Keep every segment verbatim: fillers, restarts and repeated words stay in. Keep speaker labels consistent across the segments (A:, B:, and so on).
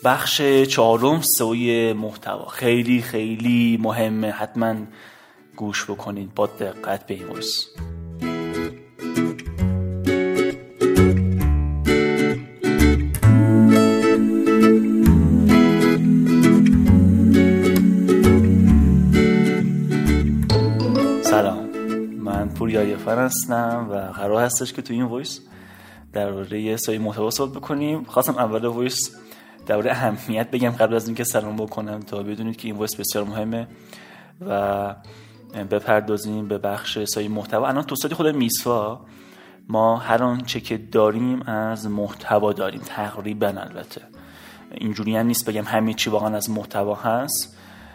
A: بخش چهارم، سئو محتوا، خیلی خیلی مهمه، حتما گوش بکنید با دقت به این وایس. سلام، من پوریا یفر هستم و قرار هستش که تو این وایس درباره سئو محتوا صحبت بکنیم. خواستم اول وایس درباره اهمیت بگم قبل از اینکه سلام بکنم تا بدونید که این وایس بسیار مهمه و بپردازیم به بخش سئو محتوا. الان تو سایت خود میسوا ما هر آنچه که داریم از محتوا داریم تقریبا، البته اینجوری هم نیست بگم همه چی واقعا از محتوا هست،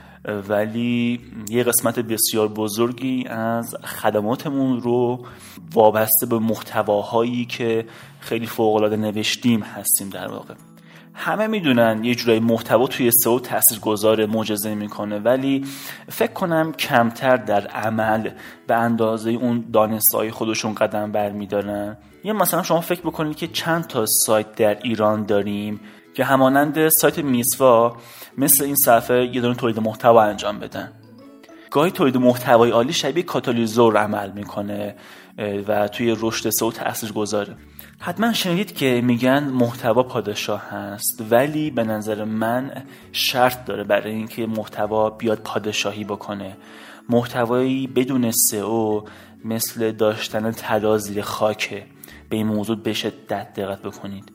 A: ولی یه قسمت بسیار بزرگی از خدماتمون رو وابسته به محتواهایی که خیلی فوق‌العاده نوشتیم هستیم. در واقع همه میدونن یه جورایی محتوا توی سئو تاثیرگذار، معجزه میکنه، ولی فکر کنم کمتر در عمل به اندازه اون دانسته‌های خودشون قدم برمیدارن. یه مثلا شما فکر بکنید که چند تا سایت در ایران داریم که همانند سایت میسوا مثل این صفحه یه دونه تولید محتوا انجام بدن. گاهی تولید محتوای عالی شبیه کاتالیزور عمل میکنه و توی رشد سئو تاثیرگذاره. حتما شنیدید که میگن محتوا پادشاه هست، ولی به نظر من شرط داره برای اینکه محتوا بیاد پادشاهی بکنه. محتوایی بدون سئو مثل داشتن طلا زیر خاکه. به این موضوع به شدت دقت بکنید.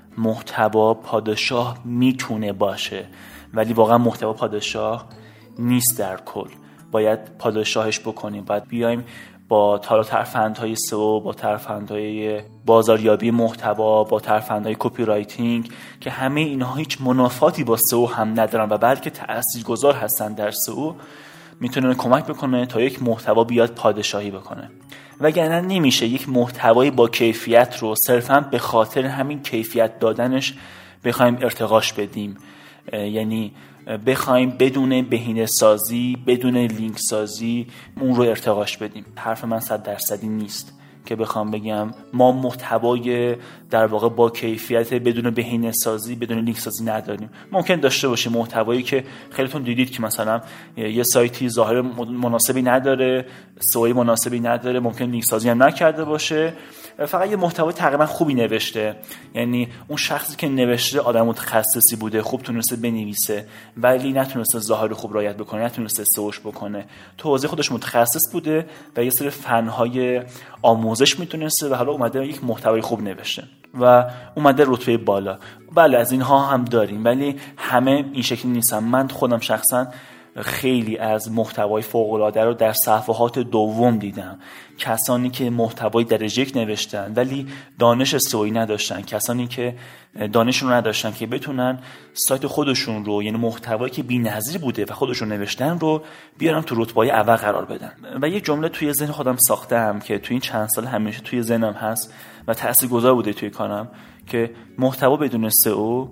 A: محتوا پادشاه میتونه باشه، ولی واقعا محتوا پادشاه نیست. در کل باید پادشاهش بکنیم. باید بیایم با تالا ترفندهای سئو، با ترفندهای بازاریابی محتوا، با ترفندهای کپی رایتینگ که همه اینها هیچ منافاتی با سئو هم ندارن و بلکه تاثیرگذار هستن در سئو، میتونه کمک بکنه تا یک محتوا بیاد پادشاهی بکنه. وگرنه نمیشه یک محتوایی با کیفیت رو صرفاً به خاطر همین کیفیت دادنش بخوایم ارتقاش بدیم، یعنی بخوایم بدون بهینه سازی، بدون لینک سازی اون رو ارتقاش بدیم. حرف من صد درصدی نیست که بخوام بگم ما محتوای در واقع با کیفیت بدون بهینه سازی، بدون لینک سازی نداریم. ممکن داشته باشیم محتوایی که خیلیتون دیدید که مثلا یه سایتی ظاهر مناسبی نداره، سئو مناسبی نداره، ممکن لینک سازی هم نکرده باشه، فقط یه محتوای تقریبا خوبی نوشته، یعنی اون شخصی که نوشته آدم متخصصی بوده، خوب تونسته بنویسه، ولی نتونسته ظاهر خوب رعایت بکنه، نتونسته سئوش بکنه. تو حوزه خودش متخصص بوده و یه سری فن‌های آموزش میتونسته و حالا اومده یک محتوای خوب نوشته و اومده رتبه بالا. بله از اینها هم داریم، ولی همه این شکلی نیستن. من خودم شخصا خیلی از محتوای فوق‌العاده رو در صفحات دوم دیدم. کسانی که محتوای درجه یک نوشتن ولی دانش سئویی نداشتن، کسانی که دانشون رو نداشتن که بتونن سایت خودشون رو، یعنی محتوایی که بی‌نظیر بوده و خودشون نوشتن رو بیارن تو رتبه‌های اول قرار بدن. و یه جمله توی ذهن خودم ساختم که توی این چند سال همیشه توی ذهنم هست و تاثیرگذار بوده توی کارم، که محتوا بدون سئو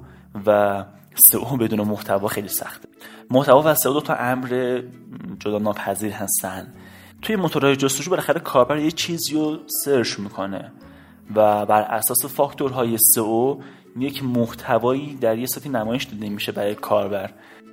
A: و سئو بدون محتوا خیلی سخته. محتوا و سئو دو تا امر جدا ناپذیر هستن. توی موتورهای جستجو بالاخره کاربر یه چیزی رو سرچ میکنه و بر اساس فاکتورهای سئو یک محتوایی در یه سایتی نمایش داده میشه برای کاربر.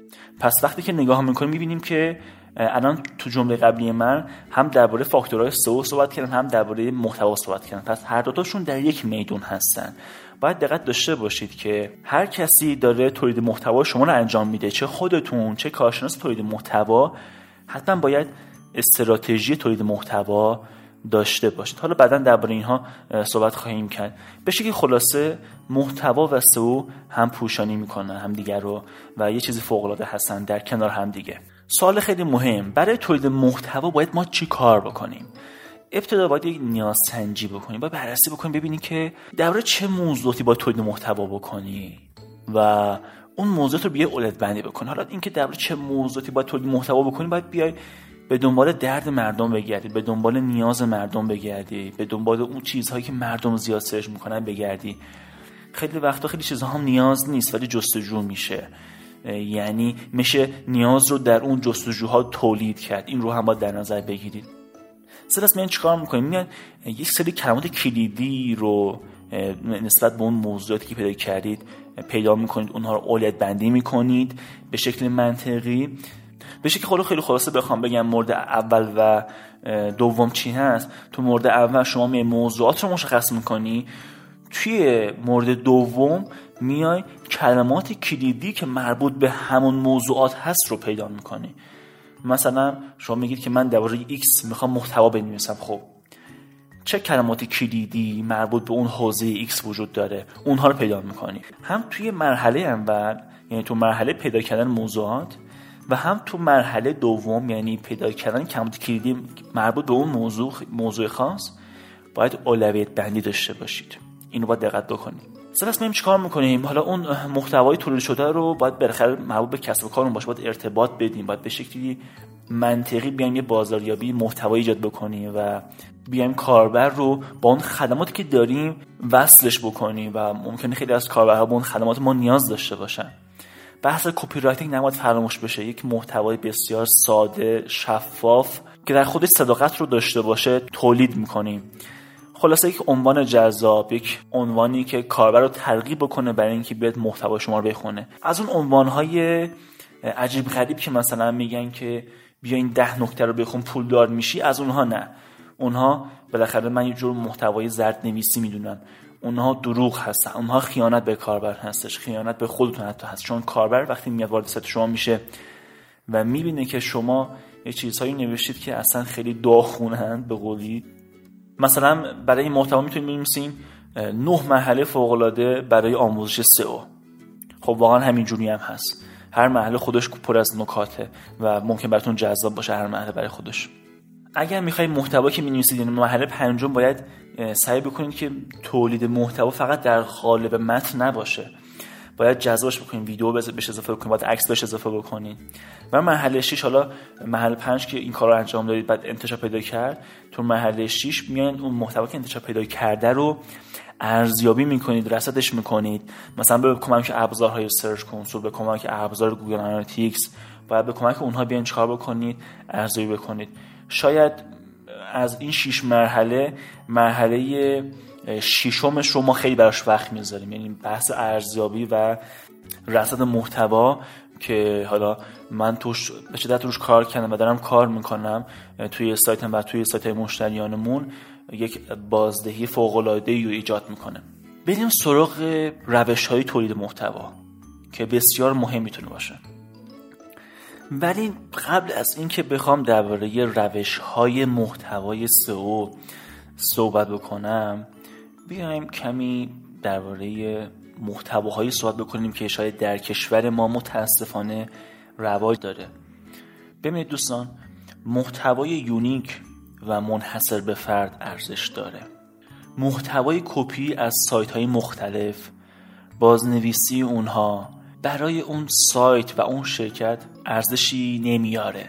A: پس وقتی که نگاه میکنیم میبینیم که الان تو جمله قبلی من هم درباره فاکتورهای سئو صحبت کردن، هم درباره محتوا صحبت کردن. پس هر دو تاشون در یک میدون هستن. باید دقت داشته باشید که هر کسی داره تولید محتوا شما رو انجام میده، چه خودتون چه کارشناس تولید محتوا، حتما باید استراتژی تولید محتوا داشته باشید. حالا بعداً درباره اینها صحبت خواهیم کرد. به شکلی خلاصه محتوا و سئو هم پوشانی میکنن هم دیگر رو و یه چیزی فوق العاده هستن در کنار هم دیگه. سوال خیلی مهم، برای تولید محتوا باید ما چی کار بکنیم؟ ابتدا باید یک نیاز سنجی بکنی، باید بررسی بکنی ببینی که درباره چه موضوعاتی باید تولید محتوا بکنی و اون موضوعات رو بیای اولویت بندی بکنی. حالا اینکه درباره چه موضوعاتی باید تولید محتوا بکنی، باید بیای به دنبال درد مردم بگردی، به دنبال نیاز مردم بگردی، به دنبال اون چیزهایی که مردم زیاد سرچ میکنن بگردی. خیلی وقتا خیلی چیزها هم نیاز نیست ولی جستجو میشه، یعنی میشه نیاز رو در اون جستجوها تولید کرد. این رو هم باید در نظر بگیرید. سپس میان چیکار میکنین؟ میان یک سری کلمات کلیدی رو نسبت به اون موضوعاتی که پیدا کردید پیدا میکنید، اونها رو اولویت بندی میکنید به شکل منطقی. به شکل خیلی خیلی خلاصه بخوام بگم مورد اول و دوم چی هست. تو مورد اول شما می موضوعات رو مشخص میکنی، توی مورد دوم میای کلمات کلیدی که مربوط به همون موضوعات هست رو پیدا میکنی. مثلا شما میگید که من درباره ایکس میخوام محتوا بنویسم، خب چه کلمات کلیدی مربوط به اون حوزه ایکس وجود داره، اونها رو پیدا میکنی. هم توی مرحله اول یعنی تو مرحله پیدا کردن موضوعات و هم تو مرحله دوم یعنی پیدا کردن کلمات کلیدی مربوط به اون موضوع موضوع خاص باید اولویت بندی داشته باشید. اینو باید دقت بکنید. سپس می‌ایم چیکار می‌کنیم؟ حالا اون محتوای تولید شده رو باید بالاخره مربوط به کسب و کارمون باشه، باید ارتباط بدیم، باید به شکلی منطقی بیایم یه بازاریابی محتوایی ایجاد بکنیم و بیایم کاربر رو با اون خدماتی که داریم وصلش بکنیم و ممکنه خیلی از کاربرها با اون خدمات ما نیاز داشته باشن. بحث کپی رایتینگ نباید فراموش بشه. یک محتوای بسیار ساده، شفاف که در خودش صداقت رو داشته باشه تولید می‌کنیم. خلاصه یک عنوان جذاب، یک عنوانی که کاربر رو ترغیب بکنه برای اینکه بیاد محتوای شما رو بخونه. از اون عنوان‌های عجیب غریب که مثلا میگن که بیا این ده نکته رو بخون پولدار میشی، از اونها نه. اونها بالاخره من یه جور محتوای زردنویسی میدونم. اونها دروغ هستن، اونها خیانت به کاربر هستش، خیانت به خودتون حتی هست. چون کاربر وقتی میاد وارد سایت شما میشه و میبینه که شما یه چیزهایی نوشتید که اصلا خیلی داغونن به قولی، مثلا برای این محتوا میتونید بنویسین نه مرحله فوق‌العاده برای آموزش سئو. خب واقعا همینجوری هم هست. هر مرحله خودش پر از نکاته و ممکن براتون جذاب باشه هر مرحله برای خودش. اگر میخواید محتوا که می‌نویسید یعنی مرحله پنجم باید سعی بکنید که تولید محتوا فقط در قالب متن نباشه. باید جذابش بکنید، ویدیو بهش اضافه بکنید، باید عکس بهش اضافه بکنید. و مرحله شش، حالا مرحله پنج که این کارو انجام دادید بعد انتشار پیدا کرد، تو مرحله شش میان اون محتوا که انتشار پیدا کرده رو ارزیابی میکنید، رصدش میکنید. مثلا به کمک ابزارهای سرچ کنسول، به کمک ابزار گوگل آنالیتیکس، باید به کمک اونها بیان چیکار بکنید، ارزیابی بکنید. شاید از این شش مرحله مرحله ششمش رو ما خیلی براش وقت میذاریم، یعنی بحث ارزیابی و رصد محتوا که حالا من توش به شدت روش کار کردم و دارم کار میکنم توی سایتم و توی سایت مشتریانمون، یک بازدهی فوق‌العاده‌ای رو ایجاد میکنه. بریم سراغ روش‌های تولید محتوا که بسیار مهم میتونه باشه. ولی قبل از این که بخوام درباره روش‌های محتوای سئو صحبت بکنم، بیایم کمی درباره محتواهای صحبت بکنیم که شاید در کشور ما متاسفانه رواج داره. ببینید دوستان، محتوای یونیک و منحصر به فرد ارزش داره. محتوای کپی از سایت‌های مختلف، بازنویسی اونها برای اون سایت و اون شرکت ارزشی نمیاره.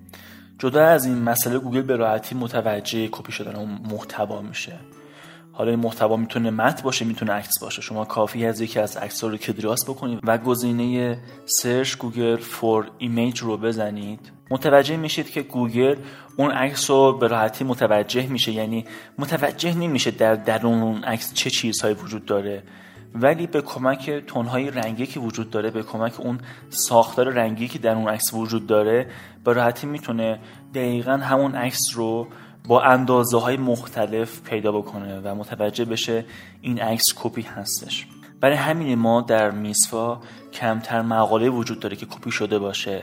A: جدا از این مسئله، گوگل به راحتی متوجه کپی شدن اون محتوا میشه. حالا این محتوا میتونه متن باشه، میتونه عکس باشه. شما کافی از یکی از عکس‌ها رو کدراس بکنید و گزینه سرچ گوگل فور ایمیج رو بزنید، متوجه میشید که گوگل اون عکس رو به راحتی متوجه میشه. یعنی متوجه نمیشه در درون اون عکس چه چیزهایی وجود داره، ولی به کمک تون‌های رنگی که وجود داره، به کمک اون ساختار رنگی که در اون عکس وجود داره، به راحتی میتونه دقیقاً همون عکس رو با اندازه‌های مختلف پیدا بکنه و متوجه بشه این عکس کپی هستش. برای همین ما در میسوا کمتر مقاله وجود داره که کپی شده باشه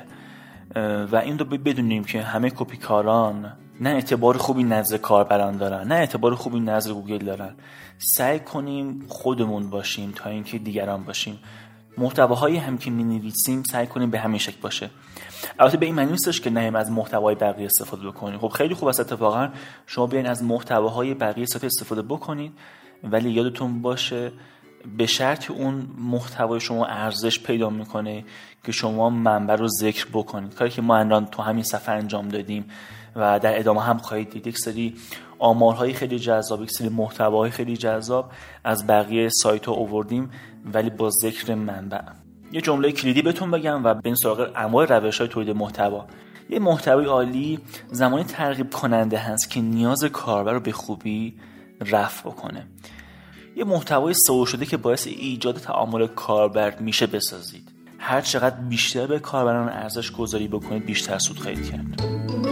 A: و این رو بدونیم که همه کپی کاران نه اعتبار خوبی نزد کاربران دارن، نه اعتبار خوبی نزد گوگل دارن. سعی کنیم خودمون باشیم تا اینکه دیگران باشیم. محتواهایی هم که می‌نویسیم سعی کنیم به همین شکل باشه. البته به این معنی نیستش که نهیم از محتوای بقیه استفاده بکنیم. خب خیلی خوب است اتفاقا شما بیاین از محتواهای بقیه سایت استفاده بکنید، ولی یادتون باشه به شرط اون محتوای شما ارزش پیدا میکنه که شما منبع رو ذکر بکنید. کاری که ما الان تو همین صفحه انجام دادیم و در ادامه هم خواهید دید، یک سری آمارهای خیلی جذاب، یک سری محتواهای خیلی جذاب از بقیه سایت ها آوردیم ولی با ذکر منبع. یه جمله کلیدی بهتون بگم و بریم سراغ انواع روش‌های تولید محتوا. یه محتوای عالی زمانی ترغیب کننده هست که نیاز کاربر رو به خوبی رفع بکنه. یه محتوای سئو شده که باعث ایجاد تعامل کاربر میشه بسازید. هر چقدر بیشتر به کاربران ارزش گذاری بکنید بیشتر سود خواهید کرد.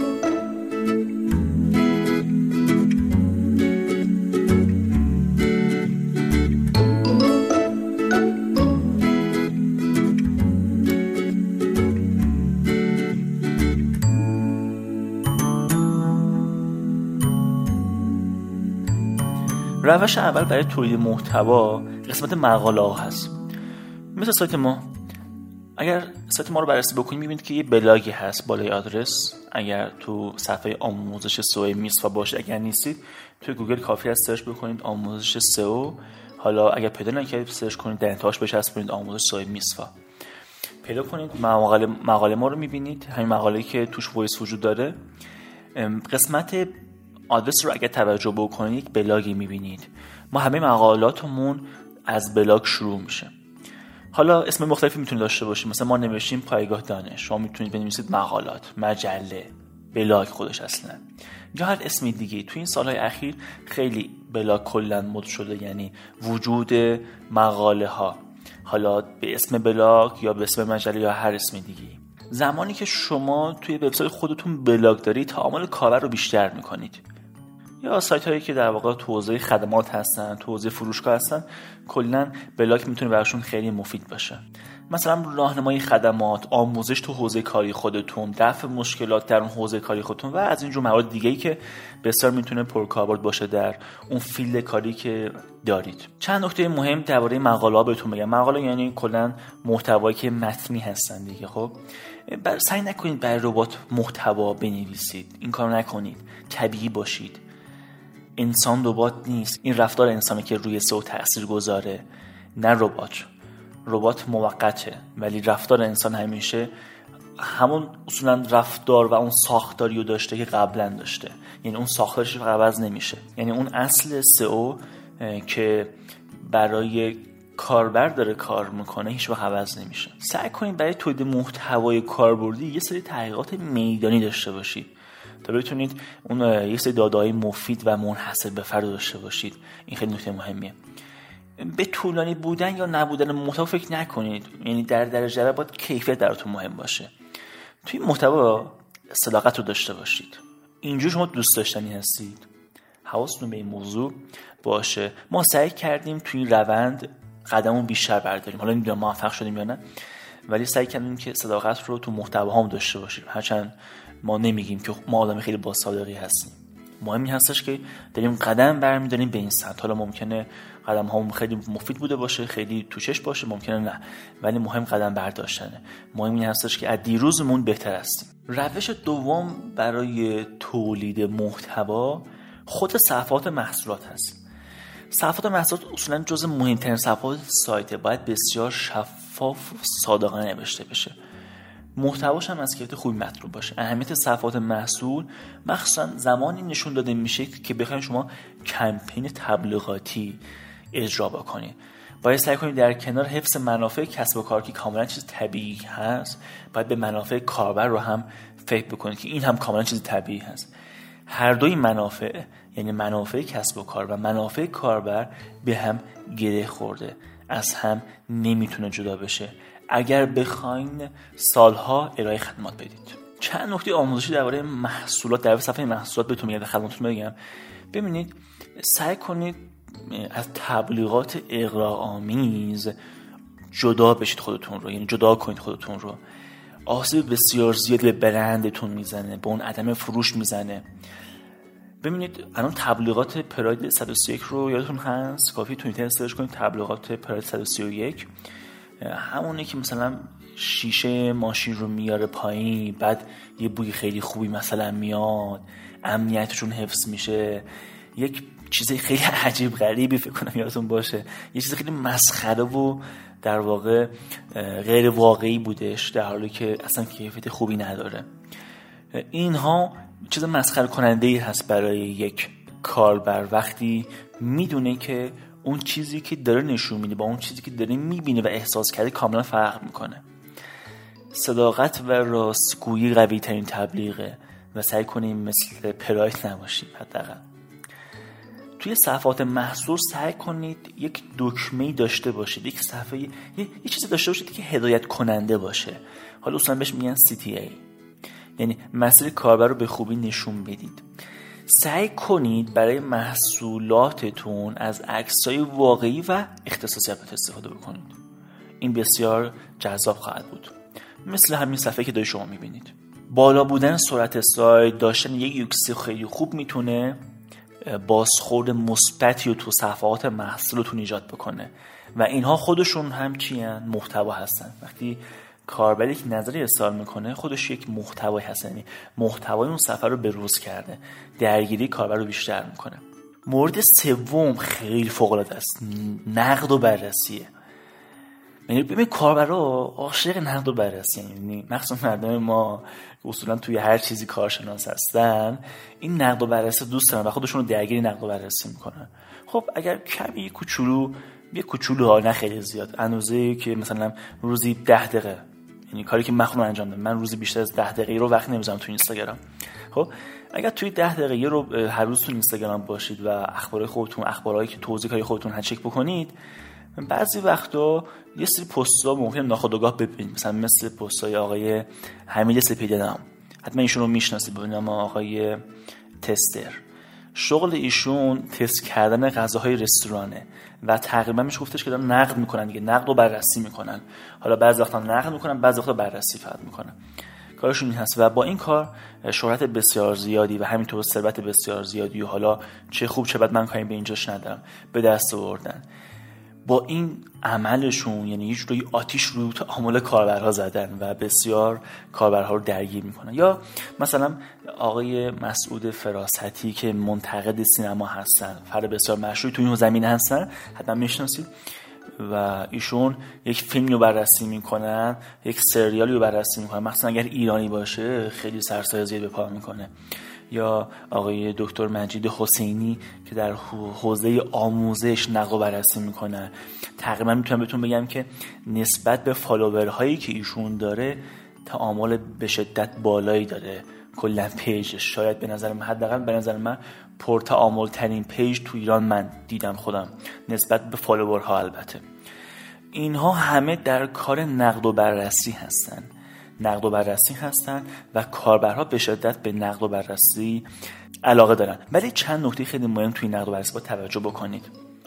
A: روش اول برای تولید محتوا قسمت مقاله ها هست. مثل سایت ما، اگر سایت ما رو بررسی بکنید میبینید که یه بلاگی هست بالای آدرس. اگر تو صفحه آموزش سئو میسوا باشه، اگر نیستید توی گوگل کافی است سرچ بکنید آموزش سئو. حالا اگر پیدا نکردید سرچ کنید در انتهاش بچسبونید آموزش سئو میسوا، پیدا کنید مقاله مقاله ما رو میبینید. همین مقاله‌ای که توش وایس وجود داره. قسمت آدرس رو اگر توجه بکنید یک بلاگی میبینید. ما همه مقالاتمون از بلاگ شروع میشه. حالا اسم مختلفی میتونید داشته باشیم. مثلا ما نوشتیم پایگاه دانش، شما میتونید بنویسید مقالات، مجله، بلاگ خودش اصلا، یا هر اسمی دیگه. تو این سالهای اخیر خیلی بلاگ کلا مد شده، یعنی وجود مقاله ها، حالا به اسم بلاگ یا به اسم مجله یا هر اسم دیگه. زمانی که شما توی وبسایت خودتون بلاگ دارید تعامل کاربر رو بیشتر میکنید. یا سایت هایی که در واقع تو حوزه خدمات هستن، تو حوزه فروشگاه هستن، کلا بلاگ میتونه براشون خیلی مفید باشه. مثلا راهنمایی خدمات، آموزش تو حوزه کاری خودتون، دفع مشکلات در اون حوزه کاری خودتون و از اینجور موارد دیگه‌ای که بسیار میتونه پرکاربرد باشه در اون فیلد کاری که دارید. چند نکته مهم درباره مقاله‌ها بهتون بگم. مقاله یعنی کلا محتوایی که متنی هستن دیگه. خب بر سعی نکنید برای ربات محتوا بنویسید. این کارو نکنید. طبیعی باشید. انسان ربات نیست. این رفتار انسانی که روی سئو تاثیر گذاره، نه ربات. ربات موقته، ولی رفتار انسان همیشه همون اصولا رفتار و اون ساختاری رو داشته که قبلا داشته. یعنی اون ساختارش عوض نمیشه. یعنی اون اصل سئو که برای کاربر داره کار میکنه هیچ وقت عوض نمیشه. سعی کنید برای تولید محتوای کاربردی یه سری تحقیقات میدانی داشته باشید تا بتونید اون یه سری داده‌های مفید و منحصر به فرد داشته باشید. این خیلی نکته مهمیه. به طولانی بودن یا نبودن محتوا فکر نکنید. یعنی در درجه اول باید کیفیت براتون مهم باشه. توی محتوا صداقت رو داشته باشید. اینجور شما دوست داشتنی هستید. حواستون به این موضوع باشه. ما سعی کردیم توی این روند قدمون بیشتر برداریم. حالا نمیدونم موفق شدیم یا نه، ولی سعی کردیم که صداقت رو تو محتوا هم داشته باشیم. هرچند ما نمیگیم که ما آدم خیلی با صادقی هستیم. مهم این هستش که داریم قدم برمی‌داریم به این سمت. حالا ممکنه قدم هامون خیلی مفید بوده باشه، خیلی توشش باشه، ممکنه نه، ولی مهم قدم برداشتنه. مهم این هستش که از دیروزمون بهتر هستیم. روش دوم برای تولید محتوا خود صفحات محصولات هست. صفحات محصولات اصولا جزء مهمترین صفحات سایت، باید بسیار شفاف و صادقانه نوشته بشه. محتواش هم از کیفیت خوبی مطلوب باشه. اهمیت صفحات محصول مخصوصا زمانی نشون داده میشه که بخواید شما کمپین تبلیغاتی اجرا بکنید. باید سعی کنید در کنار حفظ منافع کسب و کار که کاملا چیز طبیعی هست، باید به منافع کاربر رو هم فکر بکنید که این هم کاملا چیز طبیعی هست. هر دوی منافع، یعنی منافع کسب و کار و منافع کاربر، به هم گره خورده، از هم نمیتونه جدا بشه اگر بخواین سالها ارائه خدمات بدید. چند نکته آموزشی درباره محصولات در صفحه محصولات بهتون میگم، خدماتتون بگم. ببینید، سعی کنید از تبلیغات اغراق‌آمیز جدا بشید خودتون رو، یعنی جدا کنید خودتون رو. آسیب بسیار زیادی به برندتون میزنه، به اون عدم فروش میزنه. ببینید الان تبلیغات پراید صد و سی و یک رو یادتون هست؟ کافی تو اینترنت سرچ کنید تبلیغات پراید صد و سی و یک. همونه که مثلا شیشه ماشین رو میاره پایین، بعد یه بوی خیلی خوبی مثلا میاد، امنیتشون حفظ میشه. یک چیز خیلی عجیب غریبی فکر کنم یادتون باشه، یه چیز خیلی مسخره و در واقع غیر واقعی بودش، در حالی که اصلا کیفیت خوبی نداره. اینها چیز مسخره کننده‌ای هست برای یک کاربر وقتی میدونه که اون چیزی که داره نشون میده با اون چیزی که داره میبینه و احساس کرده کاملا فرق میکنه. صداقت و راستگویی قوی ترین تبلیغه و سعی کنیم مثل پرایت نباشیم. حداقل توی صفحات محصول سعی کنید یک دکمه‌ای داشته باشید، یک صفحه، یه, یه چیزی داشته باشید که هدایت کننده باشه. حالا اصلا بهش میگن سی تی ای، یعنی مسیر کاربر رو به خوبی نشون بدید. سعی کنید برای محصولاتتون از عکس‌های واقعی و اختصاصی استفاده بکنید. این بسیار جذاب خواهد بود، مثل همین صفحه که دارید شما میبینید. بالا بودن سرعت سایت، داشتن یک یوکس خیلی خوب میتونه بازخورد مثبتی رو تو صفحات محصولتون ایجاد بکنه و اینها خودشون هم چی ان؟ محتوا هستن. وقتی کاربر یک نظری ارسال میکنه خودش یک محتوایی هست، یعنی محتوای اون صفحه رو بروز کرده، درگیری کاربر رو بیشتر میکنه. مورد سوم خیلی فوق العاده است، نقد و بررسیه. یعنی ببین کاربرا عاشق نقد و بررسی، یعنی مخصوصا مردم ما اصولا توی هر چیزی کارشناس هستن، این نقد و بررسی دوست دارن و خودشون رو درگیر نقد و بررسی میکنن. خب اگر کمی کوچولو یه کوچولو ها، نه خیلی زیاد، اندازه‌ای که مثلا روزی ده دقیقه، یعنی کاری که من خودم انجام میدم، من روزی بیشتر از ده دقیقه رو وقت نمیذارم تو اینستاگرام. خب اگر توی ده دقیقه رو هر روز تو اینستاگرام باشید و اخبار خودتون، اخبارایی که توضیحای خودتون هر چک بکنید، بعضی وقتا یه سری پست‌ها ممکن ناخودآگاه ببینید، مثلا مثل پست‌های آقای حمید سپیده‌نام، حتما ایشون رو میشناسید، به نام آقای تستر. شغل ایشون تست کردن غذاهای رستورانه و تقریبا میشه گفتش که دارن نقد میکنن دیگه، نقد و بررسی میکنن. حالا بعضی وقتا نقد میکنن، بعضی وقتا بررسی فقط میکنن. کارشون این هست و با این کار شهرت بسیار زیادی و همینطور ثروت بسیار زیادی و حالا چه خوب چه بد، من کاری به اینجاش ندارم، به دست آوردن. با این عملشون یعنی یه جوری آتیش روی تعامل کاربرها زدن و بسیار کاربرها رو درگیر میکنن. یا مثلا آقای مسعود فراستی که منتقد سینما هستن، فرد بسیار مشهوری تو این زمینه هستن، حتما میشناسید، و ایشون یک فیلمی رو بررسی میکنن، یک سریالی رو بررسی میکنن، مخصوصا اگر ایرانی باشه خیلی سرسایه زیاد به پا میکنه. یا آقای دکتر مجید حسینی که در حوزه آموزش نقد و بررسی میکنن. تقریبا میتونم بهتون بگم که نسبت به فالوورهایی که ایشون داره تعامل به شدت بالایی داره. کلا پیجش شاید به نظر من، حداقل به نظر من، پرتعامل ترین پیج تو ایران من دیدم خودم، نسبت به فالوورها. البته اینها همه در کار نقد و بررسی هستن نقد و بررسی هستن و کاربرها به شدت به نقد و بررسی علاقه دارن. ولی چند نکته خیلی مهم توی نقد و بررسی باید توجه بکنید.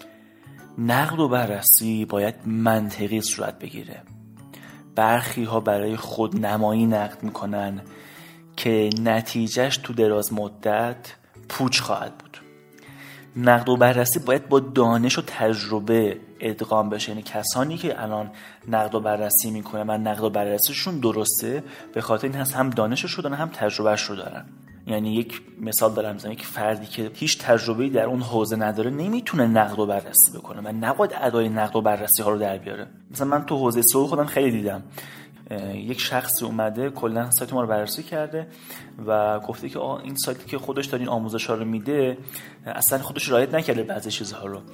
A: نقد و بررسی باید منطقی صورت بگیره. برخی ها برای خودنمایی نقد میکنن که نتیجهش تو دراز مدت پوچ خواهد بود. نقد و بررسی باید با دانش و تجربه ادغام بشه، یعنی کسانی که الان نقد و بررسی میکنن و نقد و بررسیشون درسته به خاطر این هست هم دانشش رو دارن هم تجربهش رو دارن. یعنی یک مثال دارم میزنم، یک فردی که هیچ تجربه‌ای در اون حوزه نداره نمیتونه نقد و بررسی بکنه و نباید ادای نقد و بررسی ها رو در بیاره. مثلا من تو حوزه سئو خودم خیلی دیدم، یک شخصی اومده کلا سایت ما رو بررسی کرده و گفته که آه این سایتی که خودش داره این آموزش‌ها رو میده اصلا خودش رعایت نکرده بعضی چیزها رو.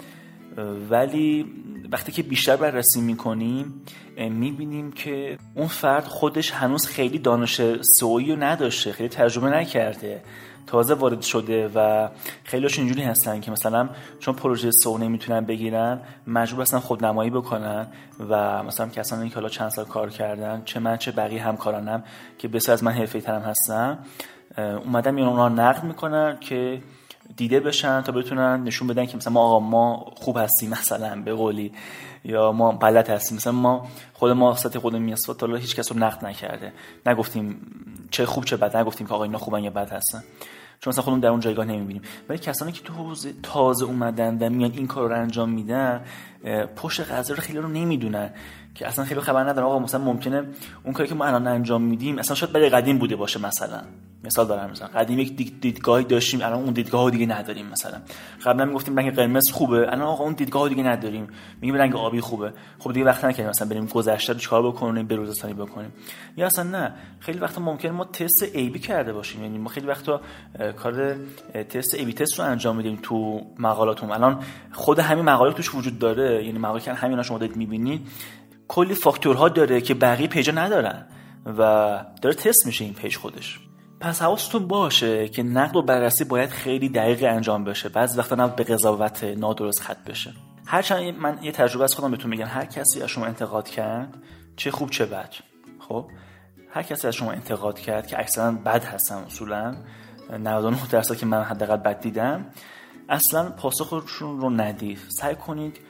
A: ولی وقتی که بیشتر بررسی میکنیم میبینیم که اون فرد خودش هنوز خیلی دانش سئویی رو نداشته، خیلی تجربه نکرده، تازه وارد شده و خیلی‌هاش اینجوری هستن که مثلا چون پروژه سئو نمیتونن بگیرن مجبور هستن خودنمایی بکنن و مثلا کسانی که حالا چند سال کار کردن، چه من چه بقیه همکارانم که بسیار از من حرفه‌ای‌ترم هستن، اومدن میان اونها نقد میکنن که دیده بشن تا بتونن نشون بدن که مثلا ما آقا ما خوب هستیم، مثلا به قولی، یا ما بلد هستیم. مثلا ما خود ما واسط خود میاسفات تا هیچ کس رو نقد نکرده، نگفتیم چه خوب چه بد، نگفتیم که آقا اینا خوبن یا بد هستن، چون مثلا خودمون در اون جایگاه نمیبینیم. ولی کسانی که تو حوزه تازه اومدن و میان این کار رو انجام میدن، پشت قضیه رو خیلی رو نمیدونن که اصلا خیلی خبر ندارن آقا مثلا ممکنه اون کاری که ما الان انجام میدیم اصلا شاید برای قدیم بوده باشه. مثلا مثال دارم میزنم، قدیم یک دیدگاهی داشتیم الان اون دیدگاهو دیگه نداریم. مثلا قبلا میگفتیم رنگ قرمز خوبه، الان آقا اون دیدگاهو دیگه نداریم، میگیم رنگ آبی خوبه. خب دیگه وقت نکردیم مثلا بریم گذشته رو چیکار بکنیم، به روزرسانی بکنیم. یا اصلا نه، خیلی وقتا ممکنه ما تست ای بی کرده باشیم، یعنی ما خیلی وقتا کار تست ای بی تست رو انجام میدیم تو مقالاتون. الان خود همین مقاله توش وجود داره، یعنی مقاله که همینا شما دارید میبینید کلی فاکتورها داره که بقیه پیجا ندارن و داره تست میشه این پیج خودش. پس حواستون باشه که نقد و بررسی باید خیلی دقیق انجام بشه، بعضی وقتا نه به قضاوت نادرست ختم بشه. هرچند من یه تجربه از خودم بهتون میگم، هر کسی از شما انتقاد کرد، چه خوب چه بد، خب هر کسی از شما انتقاد کرد که اکثرا بد هستن، اصولا نود و نه درصد که من حداقل بد دیدم، اصلا پاسخشون رو ندید. سعی کنید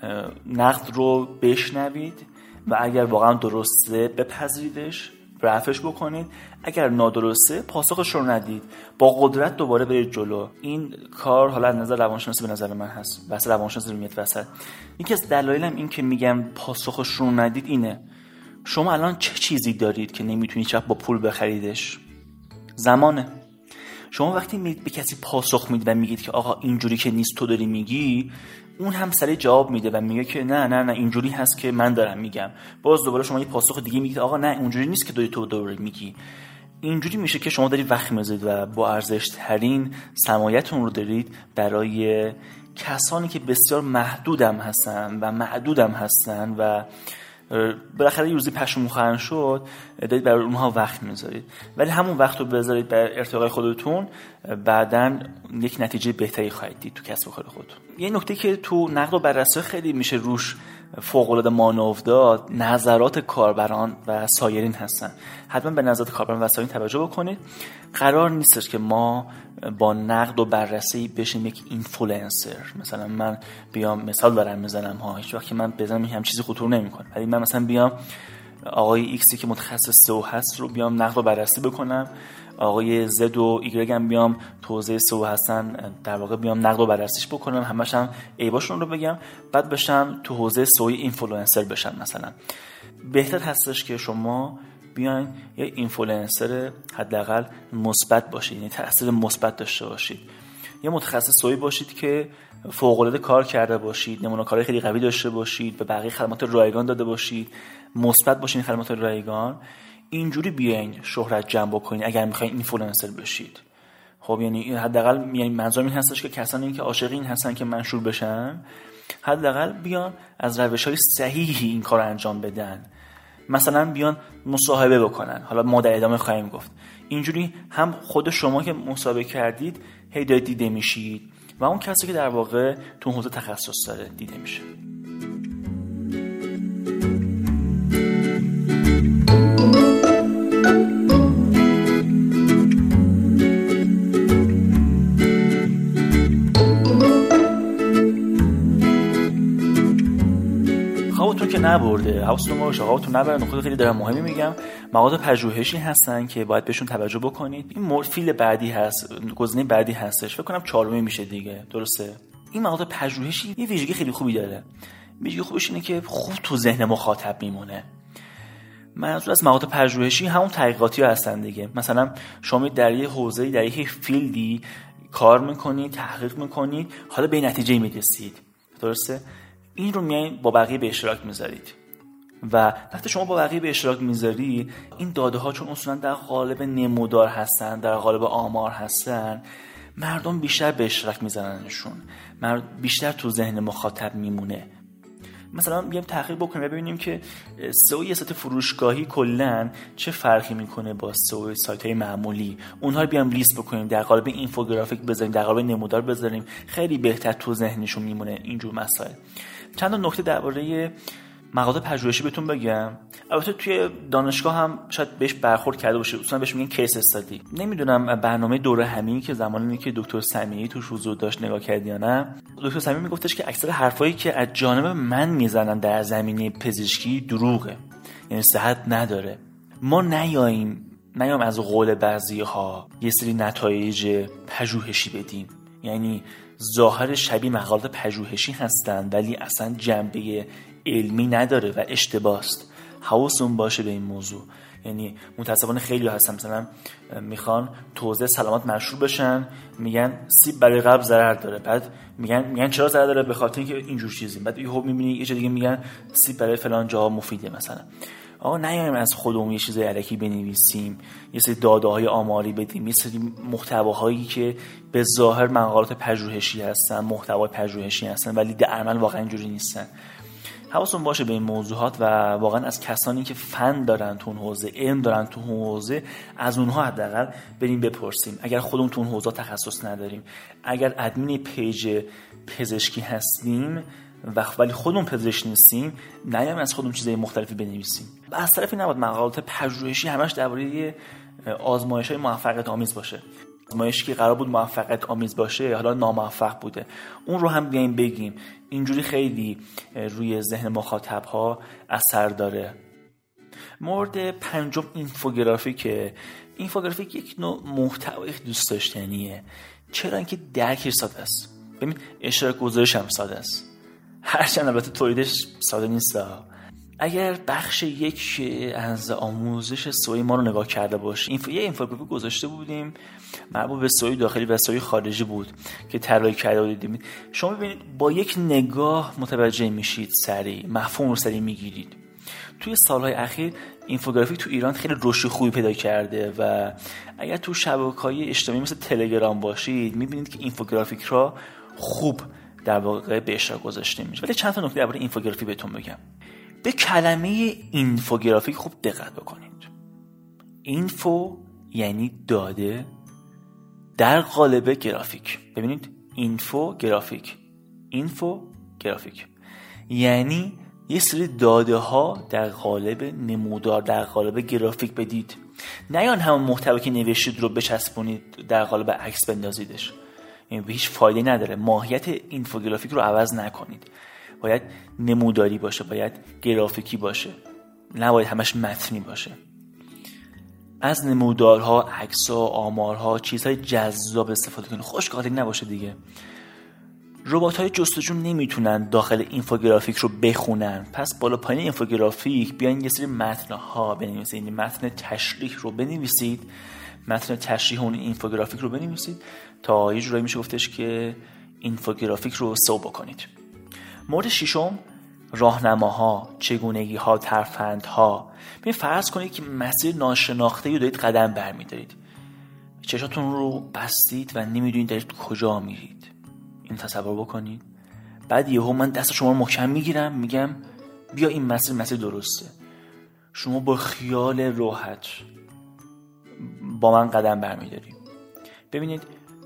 A: نقد رو بشنوید و اگر واقعا درسته بپذیریدش، رفعش بکنید. اگر نادرسته پاسخش رو ندید، با قدرت دوباره برید جلو. این کار حالا از نظر روانشناسی به نظر من هست، بحث روانشناسی رو میاد وسط. یکی از دلایلم این که میگم پاسخش رو ندید اینه: شما الان چه چیزی دارید که نمیتونید چپ با پول بخریدش؟ زمانه. شما وقتی به کسی پاسخ میدید و میگید که آقا اینجوری که نیست تو داری میگی، اون هم سریع جواب میده و میگه که نه نه نه اینجوری هست که من دارم میگم. باز دوباره شما یه پاسخ دیگه میگید آقا نه اونجوری نیست که داری تو داری میگی. اینجوری میشه که شما دارید وقت میذارید و با ارزش ترین سرمایه‌تون رو دارید برای کسانی که بسیار محدودم هستن و معدودم هستن و بالاخره یه روزی پشمون خواهند شد، دارید برای اونها وقت میذارید. ولی همون وقت رو بذارید برای ارتقای خودتون، بعداً یک نتیجه بهتری خواهید دید تو کسب و کار خودتون. یه نکته که تو نقد و بررسی خیلی میشه روش فوق‌العاده مانور داد، نظرات کاربران و سایرین هستن. حتما به نظرات کاربران و سایرین توجه بکنید. قرار نیستش که ما با نقد و بررسی بشیم یک اینفلوئنسر. مثلا من بیام مثال دارم میزنم ها، هیچ وقت که من بزنم هم چیزی خطور نمیکنه، ولی من مثلا بیام آقای ایکسی که متخصص سئو هست رو بیام نقد و بررسی بکنم، آقای زد و ایگرگ هم بیام توضیح سئو هستن در واقع بیام نقد و بررسیش بکنم، همش هم عیباشون رو بگم، بعد بشم تو حوزه سئو اینفلوئنسر بشم. مثلا بهتر هستش که شما بیاین یه اینفلوئنسر حداقل مثبت باشید، یعنی تأثیر مثبت داشته باشید. یه متخصص سئو باشید که فوق‌العاده کار کرده باشید، نمونه کارهای خیلی قوی داشته باشید، به بقیه خدمات رایگان داده باشید، مثبت باشید خدمات رایگان. اینجوری بیاین شهرت جمع بکنید اگر میخواین اینفلوئنسر بشید. خب یعنی حداقل یعنی منظورم این هستش که کسانی این که عاشق این هستن که مشهور بشن، حداقل بیان از روش‌های صحیحی این کارو انجام بدن. مثلا بیان مصاحبه بکنن، حالا ما در ادامه خواهیم گفت. اینجوری هم خود شما که مصاحبه کردید هی دارید دیده میشید و اون کسی که در واقع تو حوزه تخصص داره دیده میشه. خوابتون که نبرده، حواستون باشه خوابتون نبره. نکته خیلی دارم مهمی میگم، مواد پژوهشی هستن که باید بهشون توجه بکنید. این مورفیل بعدی هست، گزینه بعدی هستش، فکر کنم چهارمی میشه دیگه، درسته؟ این مواد پژوهشی یه ویژگی خیلی خوبی داره. ویژگی خوبش اینه که خوب تو ذهن مخاطب میمونه. منظور از مواد پژوهشی همون تحقیقاتی هستن دیگه. مثلا شما در یه حوزه‌ای در یه فیلدی کار میکنید، تحقیق میکنید، حالا به نتیجه میرسید، درسته؟ این رو میایین با بقیه به اشتراک میذارید و وقتی شما با بقیه به اشتراک میذاری، این داده ها چون اصولا در قالب نمودار هستن، در قالب آمار هستن، مردم بیشتر به اشتراک میذارنشون، بیشتر تو ذهن مخاطب میمونه. مثلا بیایم تحقیق بکنیم و ببینیم که سئو یه سایت فروشگاهی کلا چه فرقی میکنه با سئو سایت‌های معمولی. اونها رو بیام لیست بکنیم، در قالب اینفوگرافیک بذاریم، در قالب نمودار بذاریم، خیلی بهتر تو ذهنشون میمونه اینجور مسائل. چند تا نکته درباره مقاله پژوهشی بهتون بگم. البته توی دانشگاه هم شاید بهش برخورد کرده باشید، اصلا بهش میگن کیس استادی. نمیدونم برنامه دوره همی که زمانی که دکتر سمیعی توش حضور داشت نگاه کردی یا نه. دکتر سمیعی میگفتش که اکثر حرفایی که از جانب من میزنن در زمینه پزشکی دروغه، یعنی صحت نداره. ما نیاییم نیام از قول بعضی‌ها یه سری نتایج پژوهشی بدیم، یعنی ظاهر شبیه مقالات پژوهشی هستن ولی اصلا جنبه علمی نداره و اشتباست. حواستون باشه به این موضوع. یعنی متاسفانه خیلی هستن مثلا میخوان توضیح سلامت مشهور بشن، میگن سیب برای قلب ضرر داره، بعد میگن میگن چرا ضرر داره؟ به خاطر اینکه اینجور چیزی. بعد یهو میبینی یه جا دیگه میگن سیب برای فلان جا مفیده. مثلا آقا نیایم از خودمون یه چیزای الکی بنویسیم، یه سری داده‌های آماری بدیم، یه سری محتواهایی که به ظاهر مقالات پژوهشی هستن، محتوای پژوهشی هستن ولی در عمل واقعا اینجوری نیستن. حواستون باشه به این موضوعات و واقعا از کسانی که فن دارن تو اون حوزه، علم دارن تو اون حوزه، از اونها حداقل بریم بپرسیم. اگر خودمون تو اون حوزه تخصص نداریم، اگر ادمین پیج پزشکی هستیم و ولی خودمون پزشک نیستیم، نیایم از خودمون چیزای مختلفی بنویسیم. و از طرفی نباید مقالات پژوهشی همش درباره آزمایش‌های موفقیت آمیز باشه. آزمایشی که قرار بود موفقیت آمیز باشه حالا ناموفق بوده، اون رو هم بیایم بگیم. اینجوری خیلی روی ذهن مخاطب‌ها اثر داره. مورد پنجم اینفوگرافیک. اینفوگرافیک یک نوع محتوای دوست داشتنیه. چرا؟ اینکه درکش ساده است. ببین اشتراک گذاریش هم ساده است، هرچند البته تولیدش ساده نیست. اگر بخش یک از آموزش سوی ما رو نگاه کرده باشیم، اینفو یه اینفوگرافیک گذاشته بودیم مربوط به سوی داخلی و سوی خارجی بود که طراحی کرده بودیم. شما ببینید با یک نگاه متوجه میشید، سریع مفهوم رو سریع میگیرید. توی سالهای اخیر اینفوگرافیک تو ایران خیلی رشد خوبی پیدا کرده و اگر تو شبکه‌های اجتماعی مثل تلگرام باشید میبینید که اینفوگرافیک را خوب در واقع به اشتراک گذاشته میشه. ولی چند تا نکته درباره اینفوگرافیک بهتون بگم. به کلمه اینفوگرافیک خوب دقت بکنید. اینفو یعنی داده در قالب گرافیک. ببینید اینفو گرافیک، اینفو گرافیک یعنی یه سری داده ها در قالب نمودار، در قالب گرافیک بدید. نه یان همون محتوایی که نوشتید رو بچسبونید در قالب عکس بندازیدش، این به هیچ فایده نداره. ماهیت اینفوگرافیک رو عوض نکنید. باید نموداری باشه، باید گرافیکی باشه، نباید همش متنی باشه. از نمودارها، عکس‌ها، آمارها، چیزهای جذاب استفاده کنید. خوش‌قالی نباشه دیگه. ربات‌های جستجو نمیتونن داخل اینفوگرافیک رو بخونن، پس بالا پایین اینفوگرافیک بیاین یه سری متن‌ها بنویسید. این متن تشریح رو بنویسید، متن تشریح اون اینفوگرافیک رو بنویسید تا یه جورایی میشه گفتش که اینفوگرافیک رو سو بکنید. مورد ششم راهنماها، چگونگی‌ها، ترفندها. ببین فرض کنید که مسیر ناشناخته‌ای رو دارید قدم برمی‌دارید. چشاتون رو بستید و نمیدونید دارید کجا میرید. این تصور بکنید. بعد یهو من دست شما رو محکم میگیرم، میگم بیا این مسیر مسیر درسته. شما با خیال راحت با من قدم برمی‌دارید. ببینید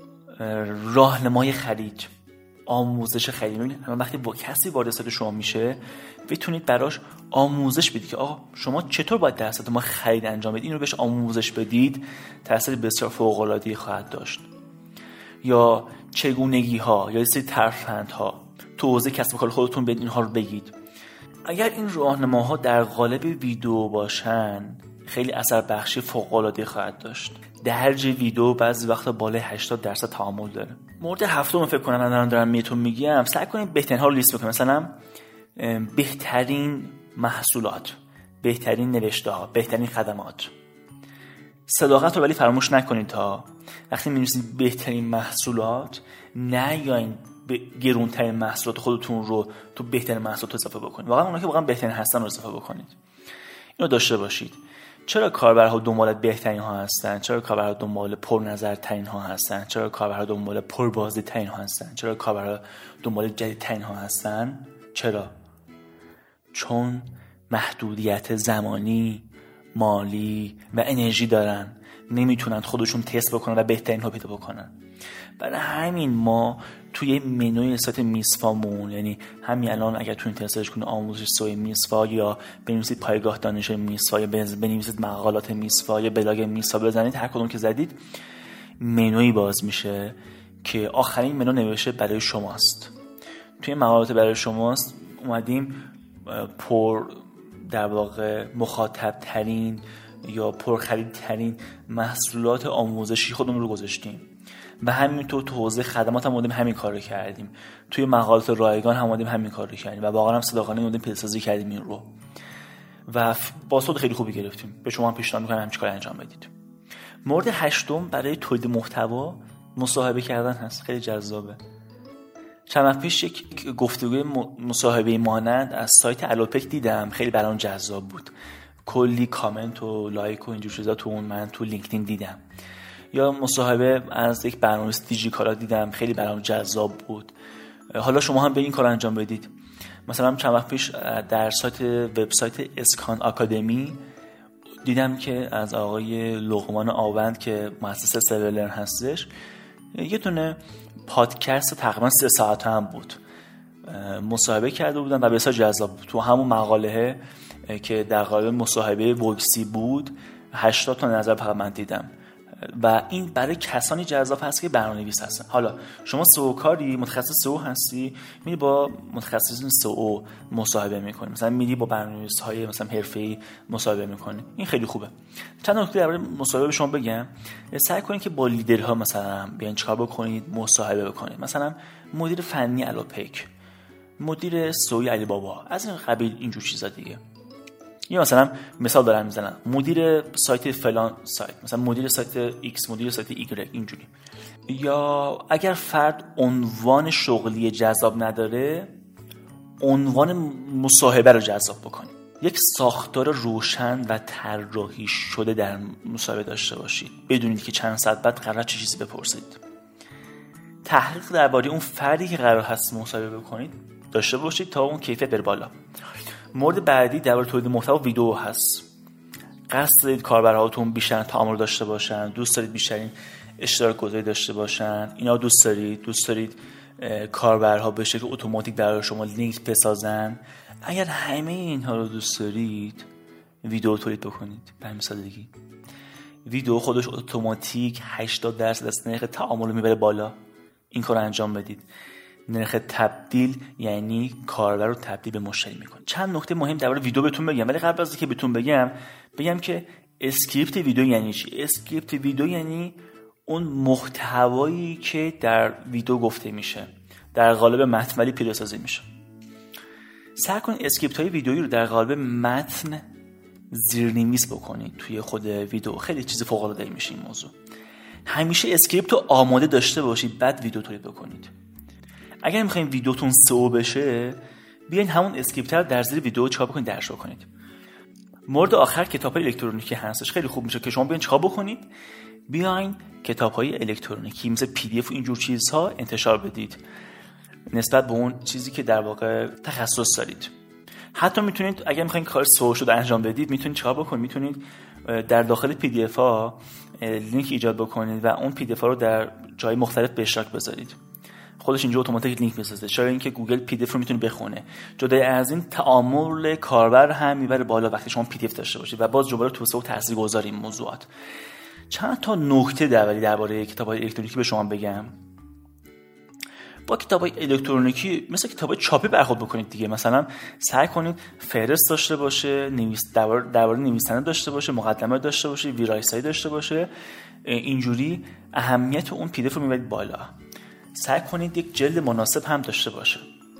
A: راهنمای خرید، آموزش خرید. ببینید وقتی با کسی وارد سایت شما میشه بتونید براش آموزش بدید که آقا شما چطور باید در سایت ما خرید انجام بدید. این رو بهش آموزش بدید، تاثیر بسیار فوق‌العاده‌ای خواهد داشت. یا چگونگی ها یا سری ترفندها تو حوزه کسب و کار خودتون بدین، اینها رو بگید. اگر این راهنماها در قالب ویدیو باشن خیلی اثر بخشی فوق العاده خواهد داشت. درج ویدیو بعضی وقتا بالای هشتاد درصد تعامل داره. مورد هفتم فکر کنم الان دارم بهتون میگم، سعی کنید بهترین ها رو لیست بکنید. مثلا بهترین محصولات، بهترین نوشته ها، بهترین خدمات. صداقت رو ولی فراموش نکنید تا وقتی می‌نویسید بهترین محصولات نیاین به گرونترین محصولات خودتون رو تو بهترین محصولات اضافه بکنید. واقعا اونها که واقعا بهترین هستن رو اضافه بکنید. اینو داشته باشید. چرا کاربرها دنبال بهترین ها هستن؟ چرا کاربرها دنبال پرنظرترین ها هستن؟ چرا کاربرها دنبال پربازدیدترین ها هستن؟ چرا کاربرها دنبال جدیدترین ها هستن؟ چرا؟ چون محدودیت زمانی، مالی و انرژی دارن، نمیتونن خودشون تست بکنن و بهترین ها پیدا بکنن. برای همین ما توی منوی سایت میسفامون، یعنی همین الان اگر تو اینترنت سرچ کنید آموزش سوی میسفا یا بنویسید پایگاه دانش میسفا یا بنویسید مقالات میسفا یا بلاگ میسفا بزنید، هر کدوم که زدید منوی باز میشه که آخرین منو نوشته برای شماست. توی مقالات برای شماست اومدیم پر در واقع مخاطب ترین یا پرخریدترین محصولات آموزشی خودمون رو گذاشتیم و همینطور تو حوزه خدمات هم اومدیم همین کار رو کردیم. توی مقالات رایگان هم اومدیم همین کار رو کردیم و واقعا هم صداقانه اومدیم پیش‌سازی کردیم این رو و بازخورد خیلی خوبی گرفتیم. به شما هم پیشنهاد می‌کنم همین کار انجام بدید. مورد هشتم برای تولید محتوا مصاحبه کردن هست. خیلی جذابه. چند وقت پیش یک گفتگوی مصاحبه مانند از سایت الوپک دیدم، خیلی برام جذاب بود. کلی کامنت و لایک و اینجور چیزا تو اون من تو لینکدین دیدم. یا مصاحبه از یک برنامه‌نویس دیجیکالا دیدم، خیلی برام جذاب بود. حالا شما هم به این کار انجام بدید. مثلا چند وقت پیش در سایت وبسایت اسکان آکادمی دیدم که از آقای لقمان آوند که مؤسس سلولرن هستش یه دونه پادکست تقریبا سه ساعته هم بود مصاحبه کرده بودن و بسیار جذاب بود. تو همون مقاله که در قالب مصاحبه وکسی بود هشتاد تا نظر فقط من دیدم و این برای کسانی جذاب هست که برنامه‌نویس هستن. حالا شما سئو کاری متخصص سئو هستی میری با متخصصین سئو مصاحبه میکنی، مثلا میری با برنامه‌نویس‌های مثلا حرفه‌ای مصاحبه میکنی، این خیلی خوبه. چند نکته درباره مصاحبه به شما بگم. سعی کنید که با لیدرها مثلا بیاین چیکار بکنید، مصاحبه بکنید. مثلا مدیر فنی الوپک، مدیر سئو علی بابا، از این قبیل اینجور چیزا دیگه. یا مثلا مثال دارم میزنم مدیر سایت فلان سایت، مثلا مدیر سایت X، مدیر سایت Y، اینجوری. یا اگر فرد عنوان شغلی جذاب نداره عنوان مصاحبه رو جذاب بکنید. یک ساختار روشن و طراحی شده در مصاحبه داشته باشید، بدونید که چند ساعت بعد قرار چه چیزی بپرسید. تحقیق درباره اون فردی که قرار هست مصاحبه بکنید داشته باشید تا اون کیفیت بره بالا. مورد بعدی درباره تولید محتوا ویدیو هست. قصد دارید کاربرهاتون بیشتر تعامل داشته باشن، دوست دارید بیشترین اشتراک گذاری داشته باشن، اینا دوست دارید دوست دارید کاربرها به شکل اتوماتیک برای شما لینک بسازن. اگر همه اینها رو دوست دارید ویدیو تولید بکنید. به همین سادگی ویدیو خودش اتوماتیک هشتاد درصد از نرخ تعامل رو میبره بالا. این کار رو انجام بدید. نرخ تبدیل یعنی کاربر رو تبدیل به مشتری میکنه. چند نکته مهم درباره ویدیو بهتون بگم، ولی قبل از اینکه بهتون بگم بگم که اسکریپت ویدیو یعنی چی. اسکریپت ویدیو یعنی اون محتوایی که در ویدیو گفته میشه، در قالب متن ولی پیاده‌سازی میشه. سعی کنید اسکریپت های ویدیویی رو در قالب متن زیرنویس بکنید توی خود ویدیو. خیلی چیز فوق العاده میشه این موضوع. همیشه اسکریپت رو آماده داشته باشید بعد ویدیو تولید بکنید. اگر میخواین ویدیوتون سئو بشه بیاین همون اسکریپت رو در زیر ویدیو چاپ کنید درش کنید. مورد آخر کتاب‌های الکترونیکی هستش، خیلی خوب میشه که شما بیاین چاپ بکنید، بیاین کتاب‌های الکترونیکی مثل پی دی اف و اینجور چیزها انتشار بدید نسبت به اون چیزی که در واقع تخصص دارید. حتی میتونید اگر میخواین کار سئو رو انجام بدید میتونید چاپ بکنید، میتونید در داخل پی دی اف ها لینک ایجاد بکنید و اون پی دی اف ها رو در جای مختلف به اشتراک بذارید. خودش اینجا اتوماتیک لینک میسازه. چرا اینکه گوگل پی دی اف رو میتونه بخونه. جدای از این تعامل کاربر هم میبره بالا وقتی شما پی دی اف داشته باشید و باز جبران توسعه و تاثیرگذار این موضوعات. چند تا نکته در درباره کتاب‌های الکترونیکی به شما بگم. با کتاب‌های الکترونیکی مثل کتاب‌های چاپی برخورد بکنید دیگه. مثلا سعی کنید فهرست داشته باشه، نویس درباره درباره نویسنده داشته باشه، مقدمه داشته باشه، ویرایسایی داشته باشه. اینجوری اهمیت اون پی دی اف رو میبرید بالا. سعی کنید یک جلد مناسب هم داشته باشه.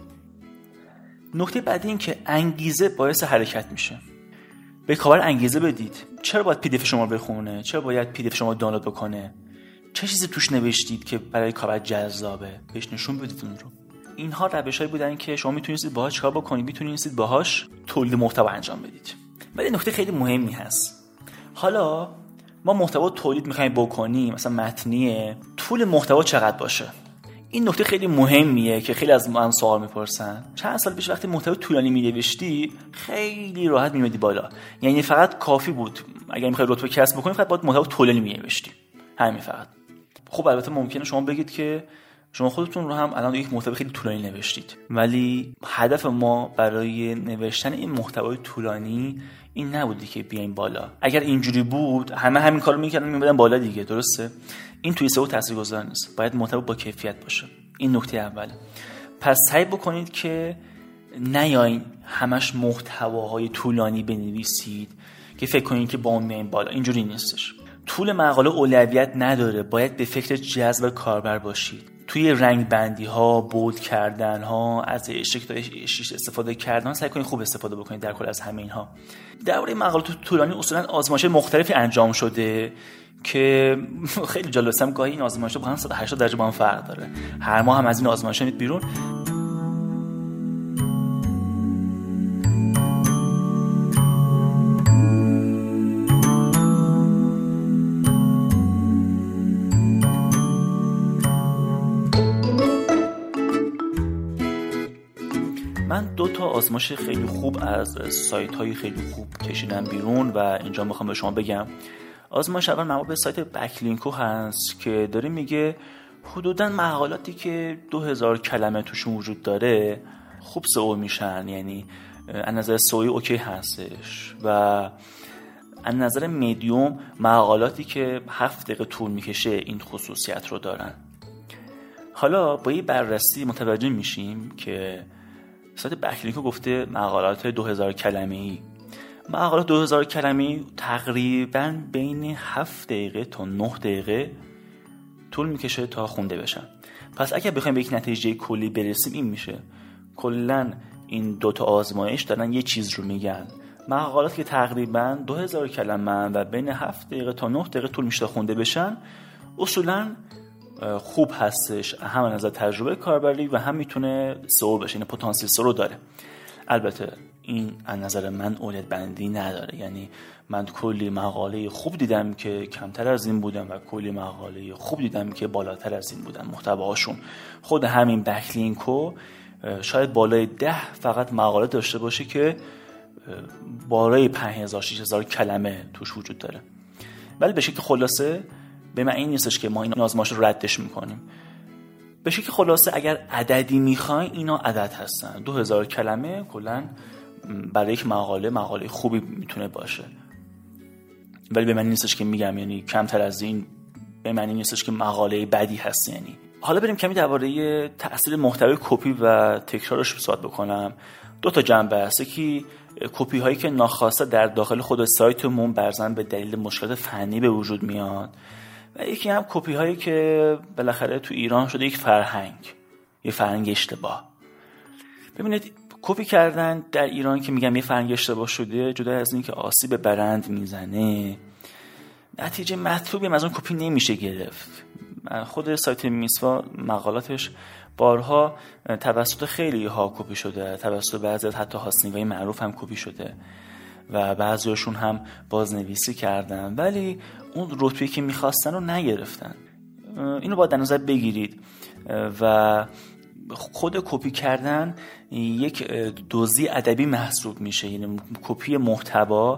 A: نکته بعدی این که انگیزه باعث حرکت میشه. به کاربر انگیزه بدید. چرا باید پی دی اف شما بخونه؟ چرا باید پی دی اف شما دانلود بکنه؟ چه چیزی توش نوشتید که برای کاربر جذابه؟ بهش نشون بدید اون رو. اینها روش‌هایی بودن که شما میتونید باهاش کار بکنید، میتونید باهاش تولید محتوا انجام بدید. ولی نکته خیلی مهمی هست. حالا ما محتوا تولید می‌خوایم بکنیم، مثلا متنیه، طول محتوا چقدر باشه؟ این نکته خیلی مهمیه که خیلی از من سوال میپرسن. چند سال پیش وقتی محتوا طولانی می‌نوشتی خیلی راحت می‌اومدی بالا. یعنی فقط کافی بود اگر می‌خوای رتبه کسب بکنی فقط باید محتوا طولانی می‌نوشتی. همین فقط. خب البته ممکنه شما بگید که شما خودتون رو هم الان یک محتوا خیلی طولانی نوشتید، ولی هدف ما برای نوشتن این محتوای طولانی این نبودی که بیایم بالا. اگر اینجوری بود همه همین کارو می‌کردن می‌بردن بالا دیگه، درسته؟ این توی سئو تاثیرگذار نیست. باید محتوا با کیفیت باشه. این نکته اوله. پس سعی بکنید که نیاین همش محتواهای طولانی بنویسید که فکر کنید که با اون میایم بالا. اینجوری نیستش. طول مقاله اولویت نداره. باید به فکر جذب کاربر باشید. توی رنگ بندی ها، بولد کردن ها، از اشتراک شیش استفاده کردن سعی کنید خوب استفاده بکنید در کل از همه اینها. درباره مقالات طولانی اصولا آزمایش مختلفی انجام شده که خیلی جالب است. گاهی این آزمایش‌ها با هم صد و هشتاد درجه با هم فرق داره. هر ماه هم از این آزمایش‌ها میاد بیرون. من دو دو تا آزمایش خیلی خوب از سایت های خیلی خوب کشیدم بیرون و اینجا میخوام به شما بگم. آزمایش اول مربوط به سایت بکلینکو هست که داره میگه حدوداً مقالاتی که دو هزار کلمه توشون وجود داره خوب سئو میشن، یعنی از نظر سئویی اوکی هستش. و از نظر مدیوم مقالاتی که هفت دقیقه طول میکشه این خصوصیت رو دارن. حالا با یه بررسی متوجه میشیم که سایت بکلینکو گفته مقالات دو هزار کلمه‌ای. مقالات دو هزار کلمه‌ای تقریباً بین هفت دقیقه تا نه دقیقه طول میکشه تا خونده بشن. پس اگر بخوایم به یک نتیجه کلی برسیم این میشه کلاً این دوتا آزمایش دارن یه چیز رو میگن. مقالات که تقریباً دو هزار کلمه و بین هفت دقیقه تا نه دقیقه طول میشه تا خونده بشن اصولاً خوب هستش، هم از نظر تجربه کاربری و هم میتونه سئو بشه، این پتانسیل سئو رو داره. البته این از نظر من اولویت بندی نداره، یعنی من کلی مقاله خوب دیدم که کمتر از این بودن و کلی مقاله خوب دیدم که بالاتر از این بودن محتواشون. خود همین بکلینکو شاید بالای ده فقط مقاله داشته باشه که بالای پنج هزار شش هزار کلمه توش وجود داره. ولی به شکل خلاصه به معنی این نیستش که ما این آزمایش رو ردش میکنیم. به شکل خلاصه اگر عددی میخواین اینا عدد هستن. دو هزار کلمه کلا برای یک مقاله مقاله خوبی میتونه باشه. ولی به معنی نیستش که میگم یعنی کمتر از این به معنی نیستش که مقاله بدی هست. یعنی حالا بریم کمی درباره تأثیر محتوای کپی و تکرارش صحبت بکنم. دو تا جنبه هست. یکی کپی هایی که ناخواسته در داخل خود سایتمون برزن به دلیل مشکلات فنی به وجود میاد و یکی هم کپی هایی که بالاخره تو ایران شده یک فرهنگ، یه فرهنگ اشتباه. ببینید کپی کردن در ایران که میگم یه فرهنگ اشتباه شده، جدا از این که آسیب به برند میزنه، نتیجه مطلوبی از اون کپی نمیشه گرفت. خود سایت میسوا مقالاتش بارها توسط خیلی ها کپی شده، توسط بعضی حتی هاستینگ‌های معروف هم کپی شده و بعضیاشون هم بازنویسی کردن ولی اون رتبه‌ای که می‌خواستن رو نگرفتن. اینو باید در نظر بگیرید. و خود کپی کردن یک دزدی ادبی محسوب میشه، یعنی کپی محتوا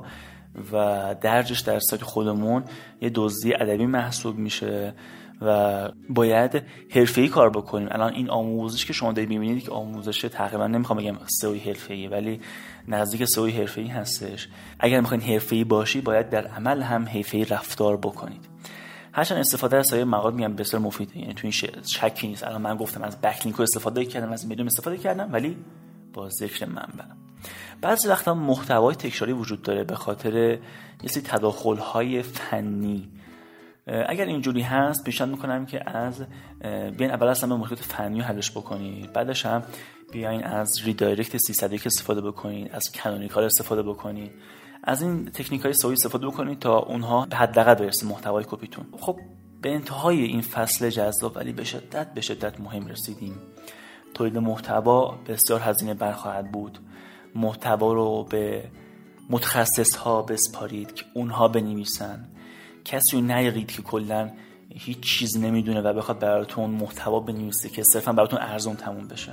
A: و درجش در سایت خودمون یه دزدی ادبی محسوب میشه و باید حرفه‌ای کار بکنیم. الان این آموزش که شما دارید می‌بینید که آموزش تقریبا نمیخوام بگم سئو حرفه‌ای ولی نزدیک سئو حرفه‌ای هستش. اگر می‌خواید حرفه‌ای باشی باید در عمل هم حرفه‌ای رفتار بکنید. هرچند استفاده از سایر مقالات میگم بسیار مفیده، یعنی تو این شکی نیست. الان من گفتم از بکلینکو استفاده کردم، از مدیوم استفاده کردم ولی با ذکر منبع. بعضی وقتا محتوای تکراری وجود داره به خاطر یه سری تداخل‌های فنی. اگر اینجوری هست پیشنهاد میکنم که از بیاین اول اصلا به مشکلات فنی حلش بکنید، بعدش هم بیاین از ریدایرکت سیصد و یک استفاده بکنید، از کانونیکال استفاده بکنید، از این تکنیک‌های سئو استفاده بکنید تا اونها به حداقل برسه محتوای کپیتون. خب به انتهای این فصل جذاب ولی به شدت به شدت مهم رسیدیم. تولید محتوا بسیار هزینه بر خواهد بود. محتوا رو به متخصص‌ها بسپارید که اونها بنویسن. کسی رو نگید که کلا هیچ چیز نمیدونه و بخواد براتون محتوا بنویسه که صرفا براتون ارزون تموم بشه.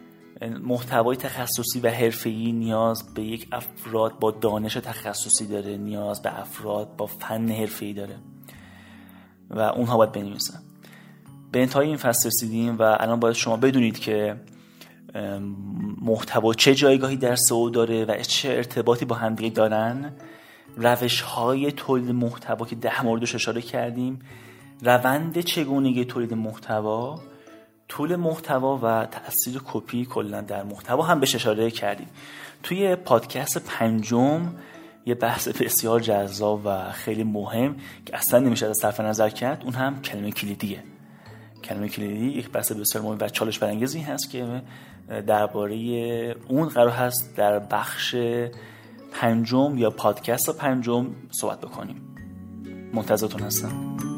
A: محتوای تخصصی و حرفه‌ای نیاز به یک افراد با دانش تخصصی داره، نیاز به افراد با فن حرفه‌ای داره و اونها باید بنویسن. به انتهای این فصل رسیدیم و الان باید شما بدونید که محتوا چه جایگاهی در سئو داره و چه ارتباطی با هم دیگه دارن. روش‌های تولید محتوا که ده موردش اشاره کردیم، روند چگونگی تولید محتوا، طول محتوا و تأثیر کپی کلا در محتوا هم بهش اشاره کردیم. توی پادکست پنجم یه بحث بسیار جذاب و خیلی مهم که اصلا نمیشه از صرف نظر کرد، اون هم کلمه کلیدیه. کلمه کلیدی یک بحث بسیار مهم و چالش برانگیزی هست که درباره اون قرار هست در بخش پنجم یا پادکست پنجم صحبت بکنیم. منتظرتون هستم.